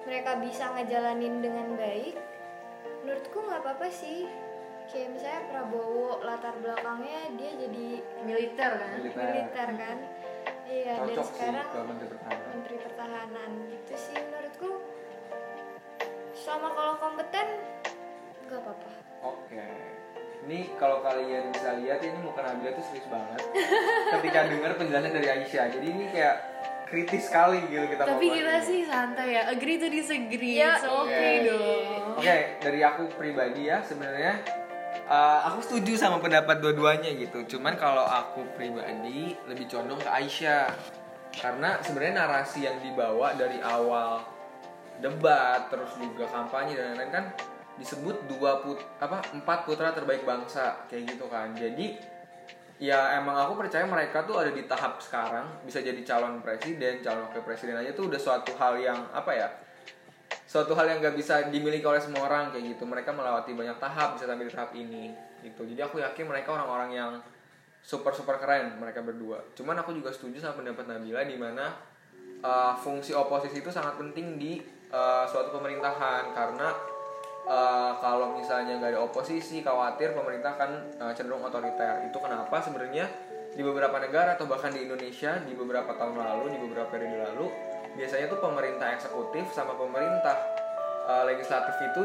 mereka bisa ngejalanin dengan baik, menurutku nggak apa-apa sih. Kayak misalnya Prabowo latar belakangnya dia jadi militer kan. Iya, dan cocok sekarang sih menteri pertahanan gitu sih menurutku. Selama kalau kompeten nggak apa-apa. Oke. Ini kalau kalian bisa lihat ini muka Nabila tuh serius banget ketika dengar penjelasan dari Aisyah. Jadi ini kayak kritis sekali gitu kita tapi ngomongin. kita sih santai ya, agree to disagree, Ya, it's okay dong. Oke, dari aku pribadi ya sebenarnya aku setuju sama pendapat dua-duanya gitu. Cuman kalau aku pribadi lebih condong ke Aisyah. Karena sebenarnya narasi yang dibawa dari awal debat terus juga kampanye dan lain-lain kan disebut 4 putra terbaik bangsa kayak gitu kan. Jadi ya emang aku percaya mereka tuh ada di tahap sekarang bisa jadi calon presiden, calon wakil presiden aja tuh udah suatu hal yang suatu hal yang gak bisa dimiliki oleh semua orang kayak gitu. Mereka melewati banyak tahap bisa sampai di tahap ini gitu. Jadi aku yakin mereka orang-orang yang super keren mereka berdua. Cuman aku juga setuju sama pendapat Nabila di mana fungsi oposisi itu sangat penting di suatu pemerintahan karena kalau misalnya nggak ada oposisi khawatir pemerintah akan cenderung otoriter. Itu kenapa sebenarnya di beberapa negara atau bahkan di Indonesia di beberapa tahun lalu, di beberapa periode lalu biasanya tuh pemerintah eksekutif sama pemerintah legislatif itu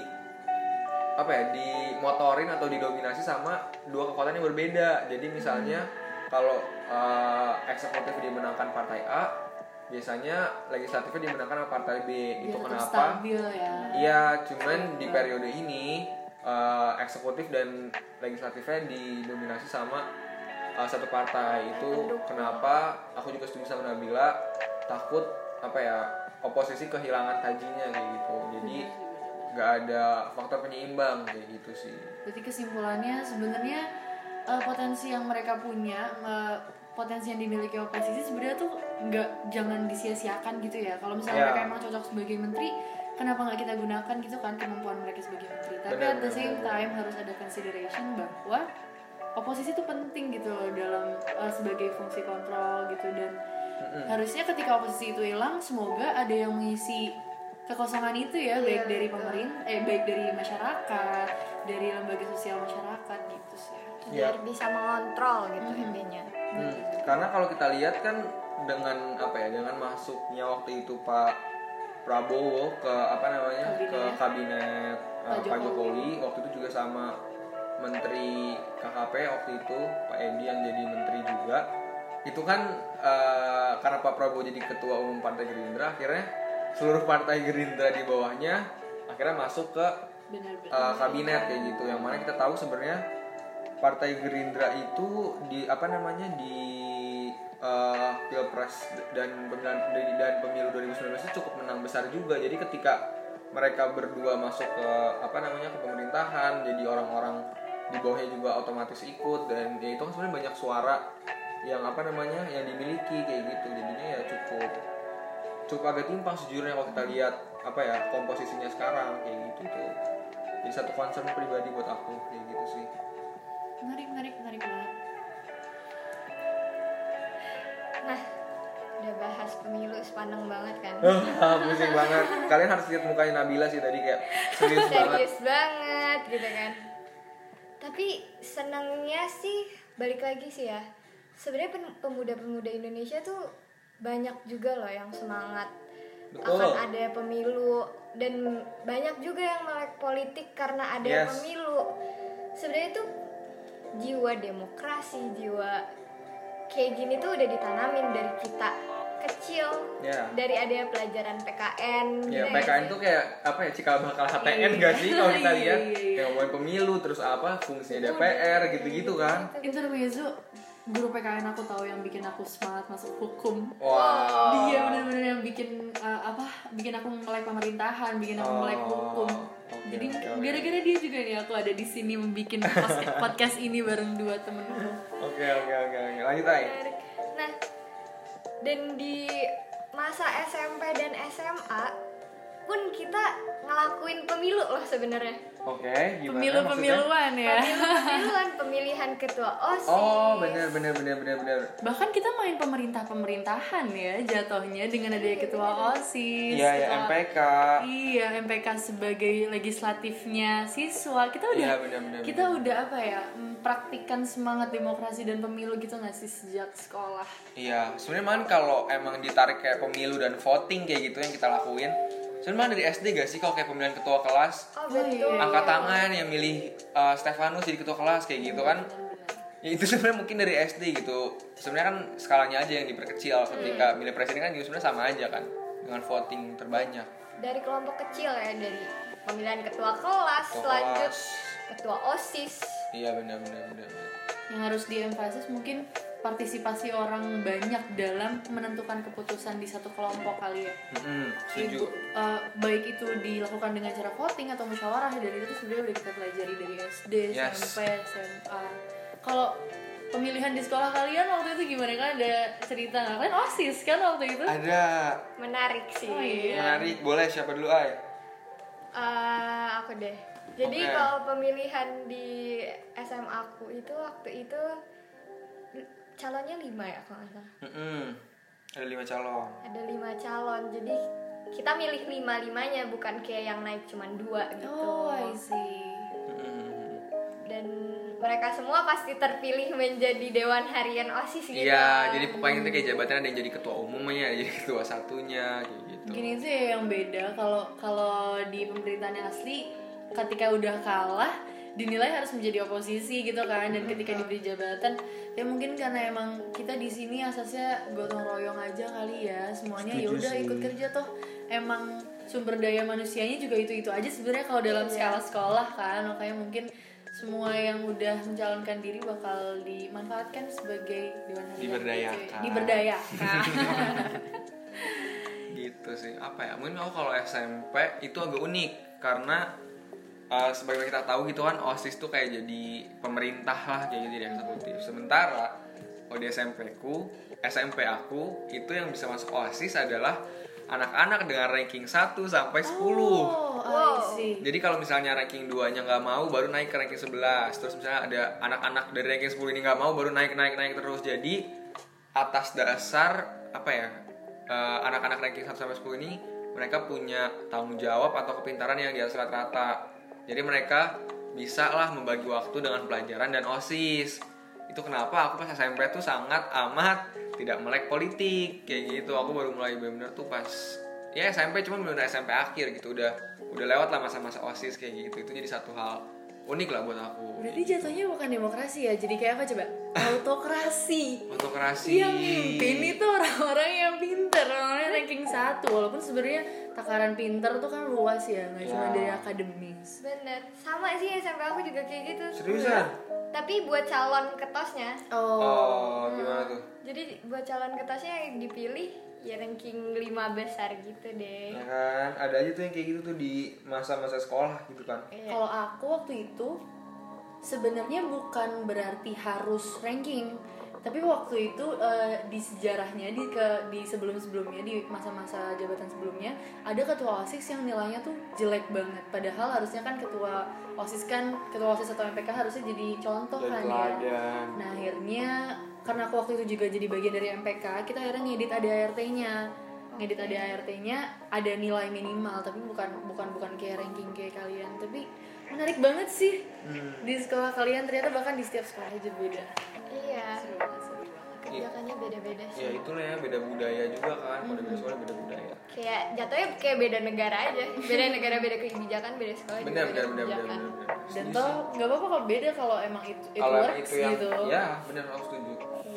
dimotorin atau didominasi sama dua kekuatan yang berbeda. Jadi misalnya kalau eksekutif dimenangkan partai A, biasanya legislatifnya dimenangkan oleh partai B. Itu kenapa? Stabil ya. Iya, cuman di periode ini eksekutif dan legislatifnya didominasi sama satu partai. Itu kenapa aku juga setuju sama Nabila, takut oposisi kehilangan tajinya kayak gitu. Jadi nggak ada faktor penyeimbang kayak gitu sih. Berarti kesimpulannya sebenarnya potensi yang mereka punya, potensi yang dimiliki oposisi sebenarnya tuh jangan disia-siakan gitu ya. Kalau misalnya mereka emang cocok sebagai menteri, kenapa nggak kita gunakan gitu kan kemampuan mereka sebagai menteri. Tapi at the same time harus ada consideration bahwa oposisi itu penting gitu loh dalam sebagai fungsi kontrol gitu. Dan harusnya ketika oposisi itu hilang, semoga ada yang mengisi kekosongan itu ya, baik dari pemerintah, baik dari masyarakat, dari lembaga sosial masyarakat gitu sih. Biar bisa mengontrol gitu intinya. Karena kalau kita lihat kan dengan dengan masuknya waktu itu Pak Prabowo ke ke kabinet Pak Jokowi, waktu itu juga sama Menteri KKP waktu itu Pak Edi yang jadi menteri juga. Itu kan karena Pak Prabowo jadi ketua umum Partai Gerindra, akhirnya seluruh partai Gerindra di bawahnya akhirnya masuk ke kabinet kayak gitu. Yang mana kita tahu sebenarnya Partai Gerindra itu di Pilpres dan pemilu 2019 itu cukup menang besar juga. Jadi ketika mereka berdua masuk ke ke pemerintahan, jadi orang-orang di bawahnya juga otomatis ikut, dan ya itu kan sebenarnya banyak suara yang yang dimiliki kayak gitu. Jadinya ya cukup agak timpang sejujurnya kalau kita lihat komposisinya sekarang kayak gitu tuh. Jadi satu concern pribadi buat aku kayak gitu sih. Menarik banget. Nah, udah bahas pemilu sepaneng banget kan. Pusing banget. Kalian harus lihat mukanya Nabila sih tadi kayak serius banget gitu kan. Tapi senangnya sih balik lagi sih ya. Sebenarnya pemuda-pemuda Indonesia tuh banyak juga loh yang semangat. Betul. Akan ada pemilu, dan banyak juga yang melek politik karena ada pemilu. Sebenarnya tuh jiwa demokrasi, jiwa kayak gini tuh udah ditanamin dari kita kecil, dari adanya pelajaran PKN. Ya, PKN tuh kayak cikal bakal HTN gak sih kalau kita lihat? Kayak ngomongin pemilu, terus fungsinya DPR gitu-gitu kan. Intermezzo, guru PKN aku tahu yang bikin aku semangat masuk hukum. Wow. Dia benar-benar yang bikin bikin aku melek pemerintahan, bikin aku melek hukum. Jadi gara-gara dia juga nih aku ada di sini membikin podcast ini bareng dua temenku. Oke. Lanjut aja. Nah, dan di masa SMP dan SMA pun kita ngelakuin pemilu loh sebenarnya. Oke, gimana Pemilu-pemiluan ya. Pemilu-pemiluan, pemilihan ketua OSIS. Oh, benar. Bahkan kita main pemerintahan ya jatuhnya dengan adanya ketua OSIS. Iya, ya MPK. Iya, MPK sebagai legislatifnya siswa. Kita udah kita udah apa ya? Praktikan semangat demokrasi dan pemilu gitu nggak sih sejak sekolah? Iya, sebenarnya kalau emang ditarik kayak pemilu dan voting kayak gitu yang kita lakuin, sebenarnya dari SD gak sih kalau kayak pemilihan ketua kelas? Oh, betul. Angkat tangan yang milih Stefanus jadi ketua kelas kayak gitu kan. Ya itu sebenarnya mungkin dari SD gitu. Sebenarnya kan skalanya aja yang diperkecil ketika milih presiden kan juga sebenarnya sama aja kan dengan voting terbanyak. Dari kelompok kecil ya, dari pemilihan ketua kelas, lanjut ketua OSIS. Iya benar. Yang harus diemfasis mungkin partisipasi orang banyak dalam menentukan keputusan di satu kelompok kali ya. Setuju. Baik itu dilakukan dengan cara voting atau musyawarah, dan itu sebenarnya udah kita pelajari dari SD, SMP, SMA. Kalau pemilihan di sekolah kalian waktu itu gimana? Kan ada cerita nggak? Kalian OSIS kan waktu itu? Ada. Menarik sih. Oh, iya. Menarik. Boleh siapa dulu, Ay? Aku deh. Jadi kalau pemilihan di SMA aku itu waktu itu calonnya 5 ya kalau nggak salah. Ada 5 calon. Ada 5 calon. Jadi kita milih 5-5-nya, bukan kayak yang naik cuma 2 gitu. Oh, I see. Dan mereka semua pasti terpilih menjadi Dewan Harian OSIS gitu. Iya, jadi pokoknya itu kayak jabatan ada yang jadi ketua umumnya, ada jadi ketua satunya kayak gitu. Gini sih yang beda kalau di pemerintahan yang asli, ketika udah kalah dinilai harus menjadi oposisi gitu kan, dan ketika diberi jabatan ya mungkin karena emang kita di sini asasnya gotong royong aja kali ya, semuanya ya udah ikut kerja toh, emang sumber daya manusianya juga itu aja sebenarnya kalau dalam skala sekolah kan, makanya mungkin semua yang udah mencalonkan diri bakal dimanfaatkan sebagai dewan harian, diberdayakan. Gitu sih, apa ya, mungkin kalau SMP itu agak unik karena sebagai kita tahu gitu kan, OSIS tuh kayak jadi pemerintah lah, kayak jadi eksekutif. Sementara kalau di SMP aku itu yang bisa masuk OSIS adalah anak-anak dengan ranking 1 sampai 10. Jadi kalau misalnya ranking 2-nya nggak mau, baru naik ke ranking 11. Terus misalnya ada anak-anak dari ranking 10 ini nggak mau, baru naik terus. Jadi atas dasar apa ya, anak-anak ranking 1 sampai 10 ini mereka punya tanggung jawab atau kepintaran yang di atas rata-rata. Jadi mereka bisa lah membagi waktu dengan pelajaran dan OSIS. Itu kenapa aku pas SMP tuh sangat amat tidak melek politik kayak gitu. Aku baru mulai benar-benar tuh pas ya SMP, cuma belum SMP akhir gitu. Udah lewat lah masa-masa OSIS kayak gitu. Itu jadi satu hal unik lah buat aku. Berarti jatuhnya bukan demokrasi ya, jadi kayak apa coba? Autokrasi. Iya, Yang mimpin itu orang-orang yang pintar, orang-orang yang ranking 1. Walaupun sebenarnya takaran pintar tuh kan luas ya, nggak cuma dari akademis. Bener, sama sih SMP aku juga kayak gitu. Seriusan? Tapi buat calon ketosnya. Oh, gimana tuh? Jadi buat calon ketosnya yang dipilih ya ranking 5 besar gitu deh. Ya kan, ada aja tuh yang kayak gitu tuh di masa-masa sekolah gitu kan. Kalau aku waktu itu sebenarnya bukan berarti harus ranking, tapi waktu itu di sejarahnya di sebelum-sebelumnya, di masa-masa jabatan sebelumnya ada ketua OSIS yang nilainya tuh jelek banget, padahal harusnya kan ketua OSIS atau MPK harusnya jadi contoh kan ya. Nah akhirnya karena aku waktu itu juga jadi bagian dari MPK, kita akhirnya ngedit ADART-nya. Ada nilai minimal, tapi bukan kayak ranking kayak kalian. Tapi menarik banget sih. Di sekolah kalian ternyata bahkan di setiap sekolah aja beda. Iya. Seru banget. Kebijakannya beda-beda sih. Ya itulah ya, beda budaya juga kan. Kalau beda sekolah beda budaya. Kayak jatuhnya kayak beda negara aja. Beda negara, beda kebijakan, beda sekolah juga beda kebijakan. Dan toh nggak apa-apa kalau beda kalau emang itu works itu yang, gitu. Ya benar, aku setuju.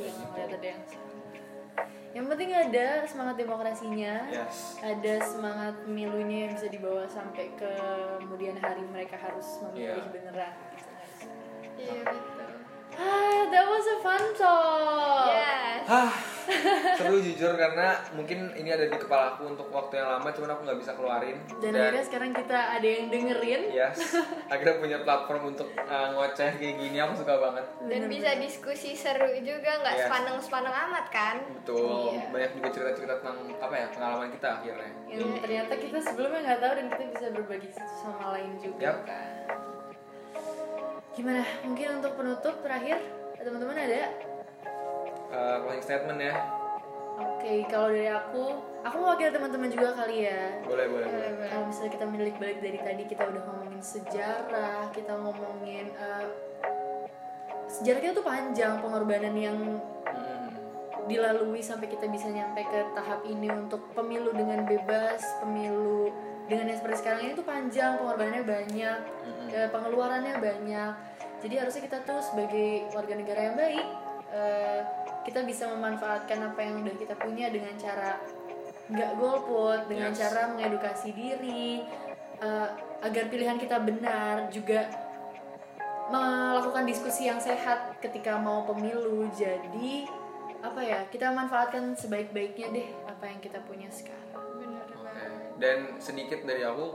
Yang penting ada semangat demokrasinya, yes. Ada semangat pemilunya yang bisa dibawa sampai ke kemudian hari mereka harus memilih beneran. Iya betul. That was a fun talk. Yes. seru jujur, karena mungkin ini ada di kepala aku untuk waktu yang lama, cuman aku nggak bisa keluarin. Dan akhirnya sekarang kita ada yang dengerin. Yes, akhirnya punya platform untuk ngoceh kayak gini, aku suka banget. Dan bisa diskusi seru juga, nggak sepaneng-sepaneng amat kan. Betul, banyak juga cerita-cerita tentang pengalaman kita akhirnya. Yang ternyata kita sebelumnya nggak tahu dan kita bisa berbagi satu sama lain juga kan. Gimana? Mungkin untuk penutup terakhir, teman-teman ada? Closing statement ya. Oke, kalau dari aku mewakili teman-teman juga kali ya. Boleh. Kalau misalnya kita menilik balik dari tadi, kita udah ngomongin sejarah, kita ngomongin sejarah kita tuh panjang, pengorbanan yang dilalui sampai kita bisa nyampe ke tahap ini untuk pemilu dengan bebas, pemilu dengan yang seperti sekarang ini tuh panjang, pengorbanannya banyak, pengeluarannya banyak. Jadi harusnya kita tuh sebagai warga negara yang baik, kita bisa memanfaatkan apa yang udah kita punya dengan cara nggak golput, dengan cara mengedukasi diri, agar pilihan kita benar, juga melakukan diskusi yang sehat ketika mau pemilu. Jadi kita manfaatkan sebaik-baiknya deh apa yang kita punya sekarang. Dan sedikit dari aku,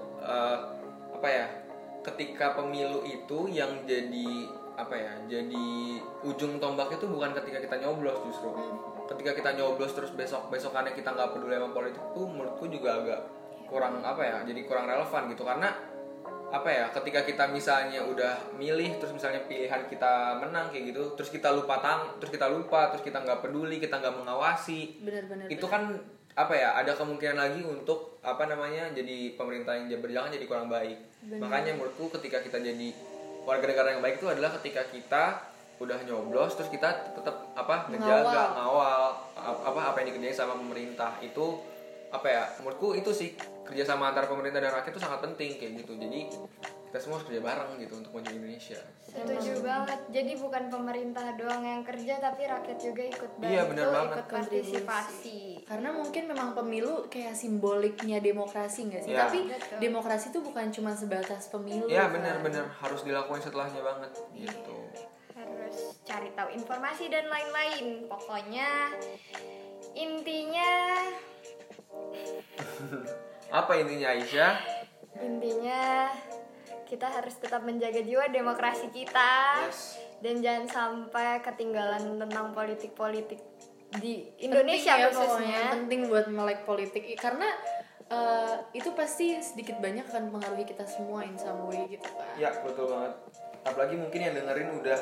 ketika pemilu itu yang jadi jadi ujung tombaknya itu bukan ketika kita nyoblos, justru ketika kita nyoblos terus besokannya kita nggak peduli sama politik tuh menurutku juga agak kurang jadi kurang relevan gitu. Karena ketika kita misalnya udah milih, terus misalnya pilihan kita menang kayak gitu, terus kita lupa, terus kita nggak peduli, kita nggak mengawasi, itu kan ada kemungkinan lagi untuk jadi pemerintah yang berjalan jadi kurang baik. Makanya menurutku ketika kita jadi warga negara yang baik itu adalah ketika kita udah nyoblos terus kita tetap menjaga, ngawal apa yang dikerjain sama pemerintah. Itu menurutku itu sih kerjasama antara pemerintah dan rakyat itu sangat penting kayak gitu. Jadi kita semua harus kerja bareng gitu untuk maju Indonesia. Setuju banget. Jadi bukan pemerintah doang yang kerja, tapi rakyat juga ikut bantu, ikut partisipasi. Karena mungkin memang pemilu kayak simboliknya demokrasi nggak sih? Ya. Tapi demokrasi itu bukan cuma sebatas pemilu. Iya benar-benar harus dilakuin setelahnya banget gitu. Harus cari tahu informasi dan lain-lain. Pokoknya intinya apa intinya, Aisyah? Intinya kita harus tetap menjaga jiwa demokrasi kita, dan jangan sampai ketinggalan tentang politik-politik di Indonesia khususnya. Penting buat melek politik karena itu pasti sedikit banyak akan mempengaruhi kita semua in some way gitu kan. Ya betul banget. Apalagi mungkin yang dengerin udah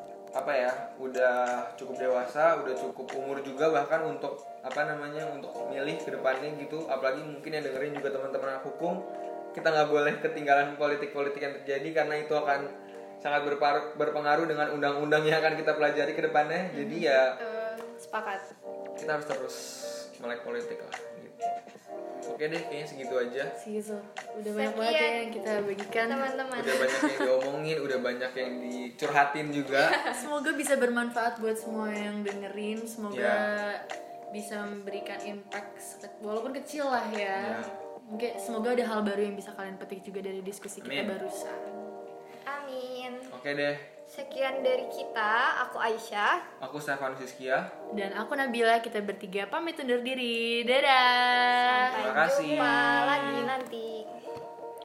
udah cukup dewasa, udah cukup umur juga bahkan untuk untuk milih ke depannya gitu. Apalagi mungkin yang dengerin juga teman-teman anak hukum, kita nggak boleh ketinggalan politik-politik yang terjadi karena itu akan sangat berpengaruh dengan undang-undang yang akan kita pelajari ke depannya. Jadi ya sepakat. Kita harus terus melek politik lah gitu. Oke deh, kayaknya segitu aja. Udah banyak banget ya yang kita bagikan, teman-teman. Udah banyak yang diomongin, udah banyak yang dicurhatin juga. Semoga bisa bermanfaat buat semua yang dengerin. Semoga bisa memberikan impact walaupun kecil lah ya. Mungkin semoga ada hal baru yang bisa kalian petik juga dari diskusi kita barusan. Amin. Oke deh. Sekian dari kita, aku Aisyah, aku Stefanus Rizkia, dan aku Nabila. Kita bertiga pamit undur diri. Dadah. Sampai jumpa lagi.